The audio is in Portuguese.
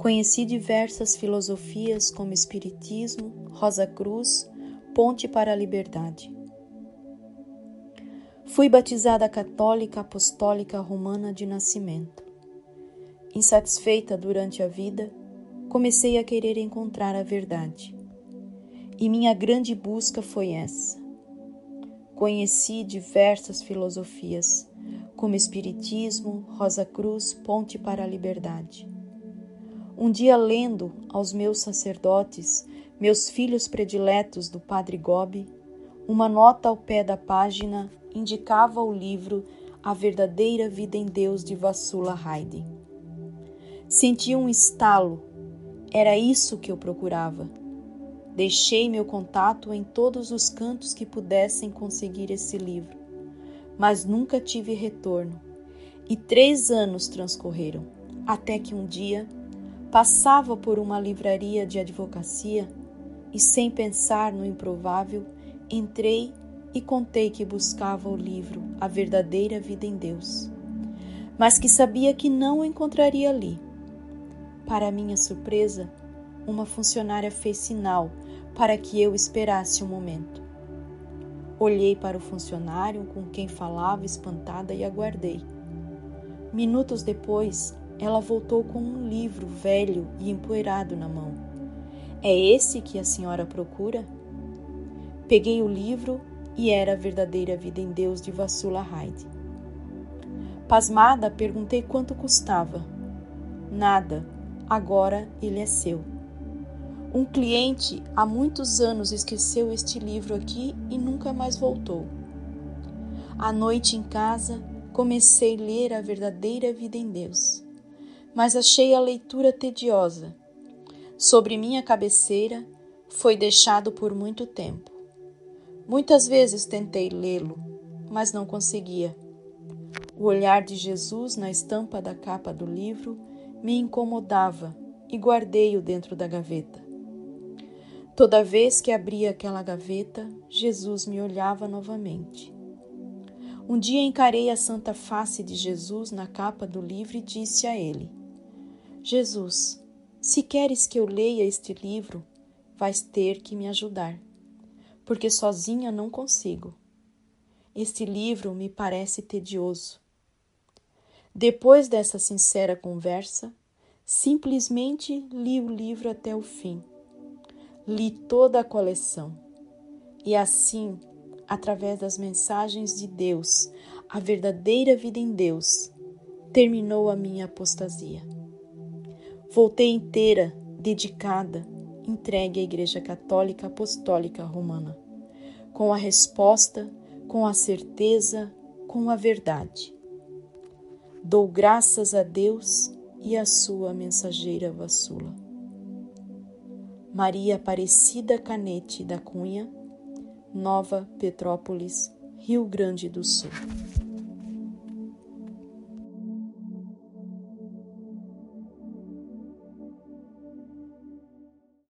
Conheci diversas filosofias como Espiritismo, Rosa Cruz, Ponte para a Liberdade. Fui batizada católica apostólica romana de nascimento. Insatisfeita durante a vida, comecei a querer encontrar a verdade. E minha grande busca foi essa. Conheci diversas filosofias, como Espiritismo, Rosa Cruz, Ponte para a Liberdade. Um dia, lendo aos meus sacerdotes, meus filhos prediletos do Padre Gobi, uma nota ao pé da página indicava o livro A Verdadeira Vida em Deus de Vassula Haydn. Senti um estalo, era isso que eu procurava. Deixei meu contato em todos os cantos que pudessem conseguir esse livro, mas nunca tive retorno, e 3 anos transcorreram, até que um dia passava por uma livraria de advocacia e, sem pensar no improvável, entrei e contei que buscava o livro A Verdadeira Vida em Deus, mas que sabia que não o encontraria ali. Para minha surpresa, uma funcionária fez sinal para que eu esperasse um momento. Olhei para o funcionário com quem falava espantada e aguardei. Minutos depois, ela voltou com um livro velho e empoeirado na mão. É esse que a senhora procura? Peguei o livro e era A Verdadeira Vida em Deus de Vassula Haydn. Pasmada, perguntei quanto custava. Nada, agora ele é seu. Um cliente há muitos anos esqueceu este livro aqui e nunca mais voltou. À noite em casa, comecei a ler A Verdadeira Vida em Deus, mas achei a leitura tediosa. Sobre minha cabeceira, foi deixado por muito tempo. Muitas vezes tentei lê-lo, mas não conseguia. O olhar de Jesus na estampa da capa do livro me incomodava e guardei-o dentro da gaveta. Toda vez que abria aquela gaveta, Jesus me olhava novamente. Um dia encarei a santa face de Jesus na capa do livro e disse a ele: Jesus, se queres que eu leia este livro, vais ter que me ajudar, porque sozinha não consigo. Este livro me parece tedioso. Depois dessa sincera conversa, simplesmente li o livro até o fim. Li toda a coleção. E assim, através das mensagens de Deus, a verdadeira vida em Deus, terminou a minha apostasia. Voltei inteira, dedicada, entregue à Igreja Católica Apostólica Romana, com a resposta, com a certeza, com a verdade. Dou graças a Deus e à sua mensageira Vassula. Maria Aparecida Canete da Cunha, Nova Petrópolis, Rio Grande do Sul.